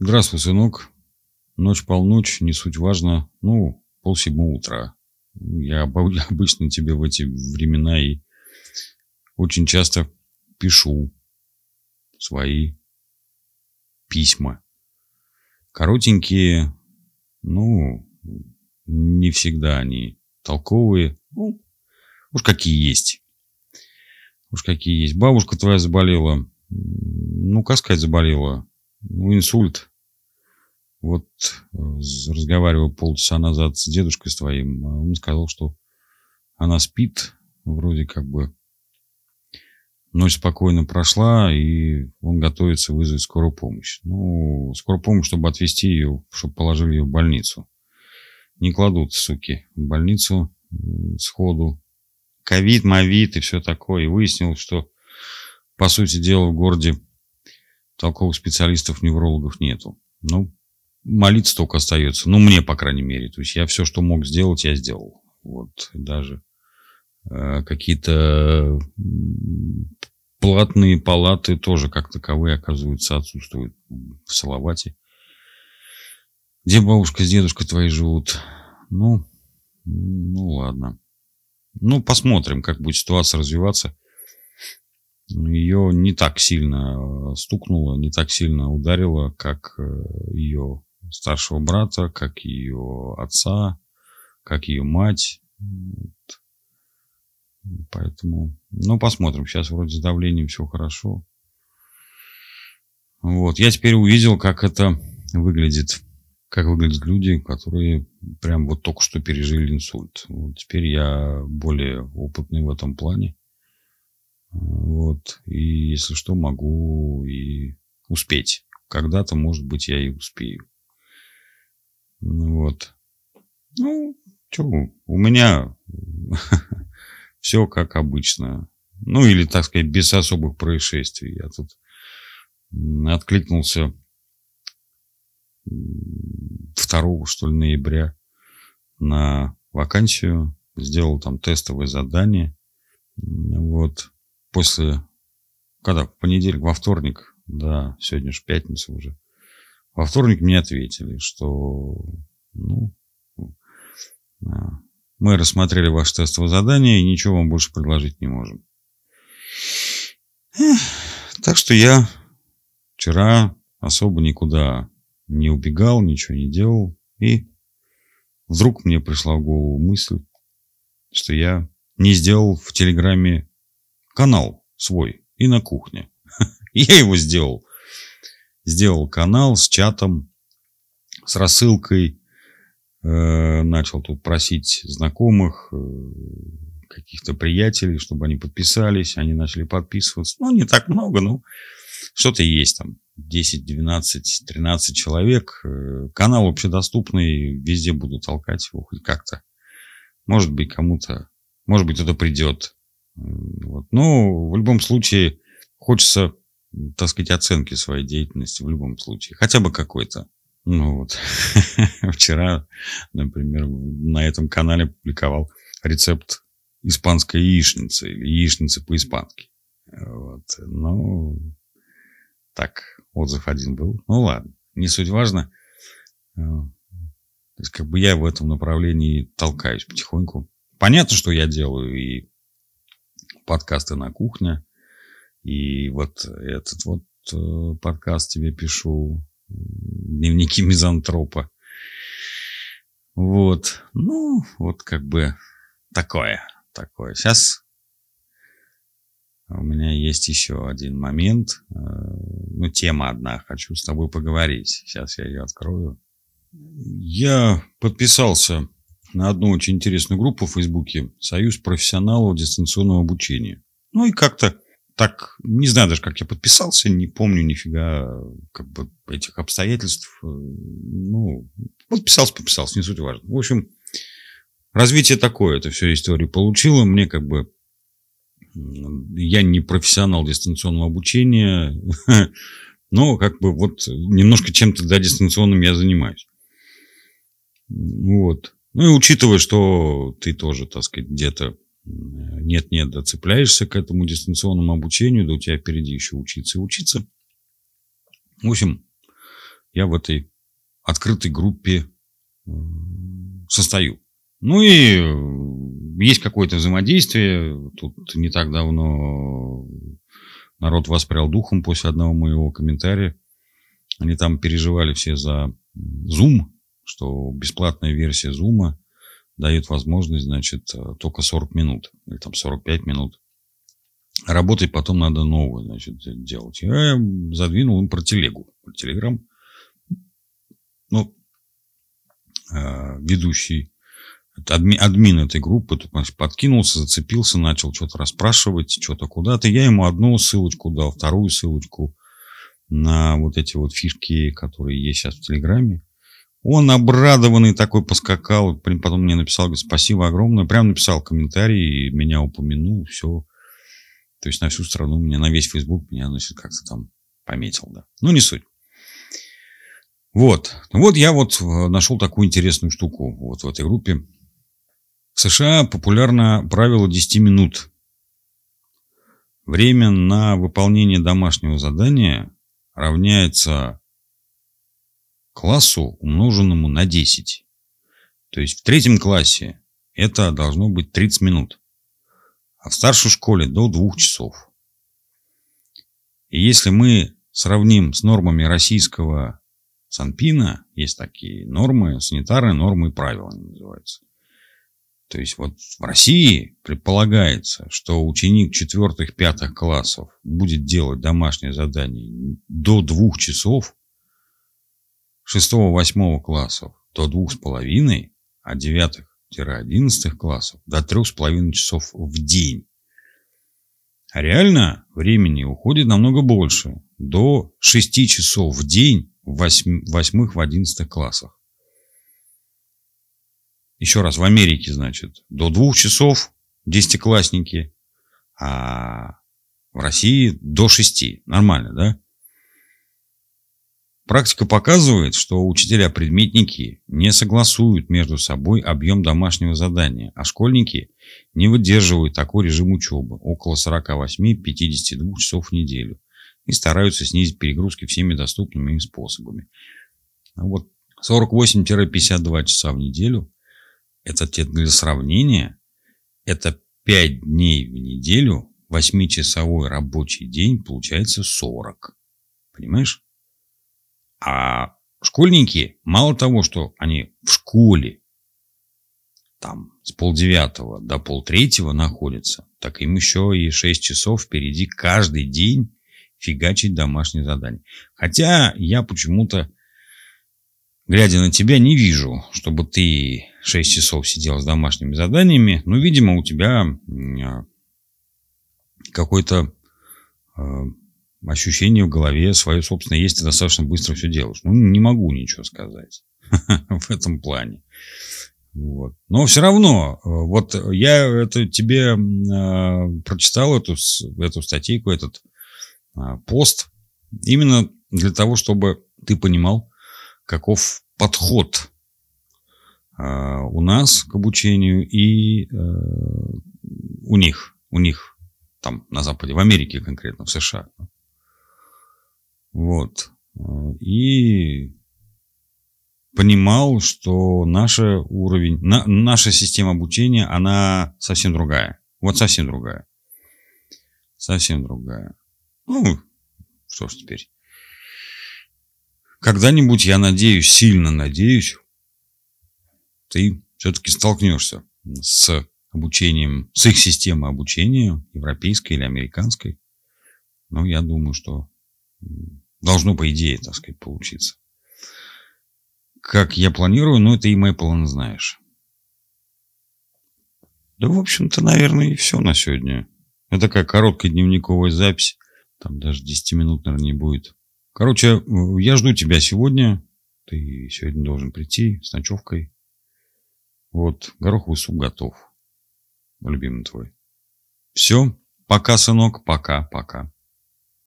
Здравствуй, сынок. Ночь-полночь, не суть важно. 6:30 утра. Я обычно тебе в эти времена и очень часто пишу свои письма. Коротенькие, не всегда они толковые. Уж какие есть. Уж какие есть. Бабушка твоя заболела. Как сказать, заболела? Инсульт. Вот разговаривал полчаса назад с дедушкой с твоим. Он сказал, что она спит. Вроде как бы ночь спокойно прошла, и он готовится вызвать скорую помощь. Скорую помощь, чтобы отвезти ее, чтобы положили ее в больницу. Не кладут, суки, в больницу сходу. Ковид, мовид и все такое. И выяснилось, что, по сути дела, в городе толковых специалистов-неврологов нету. Молиться только остается. Мне, по крайней мере. То есть я все, что мог сделать, я сделал. Вот. Даже какие-то платные палаты тоже как таковые, оказывается, отсутствуют в Салавате. Где бабушка с дедушкой твои живут? Ладно. Посмотрим, как будет ситуация развиваться. Ее не так сильно стукнуло, не так сильно ударило, как ее старшего брата, как ее отца, как ее мать. Поэтому, посмотрим. Сейчас вроде с давлением все хорошо. Я теперь увидел, как это выглядит. Как выглядят люди, которые прям вот только что пережили инсульт. Теперь я более опытный в этом плане. И если что, могу и успеть. Когда-то, может быть, я и успею. У меня все как обычно. Или, так сказать, без особых происшествий. Я тут откликнулся 2 ноября на вакансию. Сделал там тестовое задание. После, в понедельник, во вторник, да, сегодня же пятница уже, во вторник мне ответили, что, мы рассмотрели ваше тестовое задание и ничего вам больше предложить не можем. Так что я вчера особо никуда не убегал, ничего не делал, и вдруг мне пришла в голову мысль, что я не сделал в Телеграме канал свой и на кухне. Я его сделал. Сделал канал с чатом, с рассылкой. Начал тут просить знакомых, каких-то приятелей, чтобы они подписались. Они начали подписываться. Не так много, что-то есть там. 10, 12, 13 человек. Канал общедоступный. Везде буду толкать его хоть как-то. Может быть, кому-то... Может быть, кто-то придет. В любом случае, хочется, так сказать, оценки своей деятельности в любом случае. Хотя бы какой-то. Вчера, например, на этом канале публиковал рецепт испанской яичницы. Или яичницы по-испански. Так, отзыв один был. Ладно, не суть важно. То есть, я в этом направлении толкаюсь потихоньку. Понятно, что я делаю и подкасты на кухне, и этот подкаст тебе пишу, дневники мизантропа. Такое. Сейчас у меня есть еще один момент, тема одна, хочу с тобой поговорить. Сейчас я ее открою. Я подписался на одну очень интересную группу в Фейсбуке «Союз профессионалов дистанционного обучения». И как-то так, не знаю даже, как я подписался, не помню нифига этих обстоятельств. Подписался, не суть важно. В общем, развитие такое, это все история получила. Мне я не профессионал дистанционного обучения, но немножко чем-то дистанционным я занимаюсь. И учитывая, что ты тоже, так сказать, где-то нет-нет, доцепляешься к этому дистанционному обучению, да у тебя впереди еще учиться и учиться. В общем, я в этой открытой группе состою. Ну и есть какое-то взаимодействие. Тут не так давно народ воспрял духом после одного моего комментария. Они там переживали все за Zoom, что бесплатная версия Zoom дает возможность, значит, только 40 минут или там 45 минут. Работать потом надо новое, значит, делать. Я задвинул им про телегу, про Telegram. Ну, ведущий, админ этой группы, подкинулся, зацепился, начал что-то расспрашивать, что-то куда-то. Я ему одну ссылочку дал, вторую ссылочку на вот эти вот фишки, которые есть сейчас в Телеграме. Он обрадованный такой поскакал, потом мне написал, говорит, спасибо огромное, прям написал комментарий, меня упомянул, все. То есть на всю страну, меня на весь Facebook меня, значит, как-то там пометил, да. Ну, не суть. Вот я нашел такую интересную штуку вот в этой группе. В США популярно правило 10 минут. Время на выполнение домашнего задания равняется классу, умноженному на 10. То есть в 3 классе это должно быть 30 минут. А в старшей школе до 2 часов. И если мы сравним с нормами российского Санпина, есть такие нормы, санитарные нормы и правила они называются. То есть вот в России предполагается, что ученик 4-5 классов будет делать домашнее задание до 2 часов, 6-8 классов до 2,5, а 9-11 классов до 3,5 часов в день. А реально времени уходит намного больше, до 6 часов в день в 8-11 классах. Еще раз, в Америке, значит, до 2 часов 10-классники, а в России до 6. Нормально, да? Практика показывает, что учителя-предметники не согласуют между собой объем домашнего задания, а школьники не выдерживают такой режим учебы, около 48-52 часов в неделю, и стараются снизить перегрузки всеми доступными им способами. Вот 48-52 часа в неделю, это для сравнения, это 5 дней в неделю, 8-часовой рабочий день получается 40. Понимаешь? А школьники, мало того, что они в школе там с 8:30 до 2:30 находятся, так им еще и 6 часов впереди каждый день фигачить домашнее задание. Хотя я почему-то, глядя на тебя, не вижу, чтобы ты 6 часов сидел с домашними заданиями. Ну, видимо, у тебя какой-то ощущение в голове свое собственное есть, ты достаточно быстро все делаешь. Ну, не могу ничего сказать в этом плане. Вот. Но все равно, вот я это тебе прочитал эту статейку, этот пост, именно для того, чтобы ты понимал, каков подход у нас к обучению и у них там на Западе, в Америке конкретно, в США. Вот. И понимал, что наша система обучения, она совсем другая. Вот совсем другая. Совсем другая. Ну, что ж теперь. Когда-нибудь, я надеюсь, сильно надеюсь, ты все-таки столкнешься с обучением, с их системой обучения, европейской или американской. Но я думаю, что должно, по идее, так сказать, получиться. Как я планирую, но это и мои планы знаешь. Да, в общем-то, наверное, и все на сегодня. Это такая короткая дневниковая запись. Там даже 10 минут, наверное, не будет. Короче, я жду тебя сегодня. Ты сегодня должен прийти с ночевкой. Вот, гороховый суп готов. Любимый твой. Все. Пока, сынок. Пока.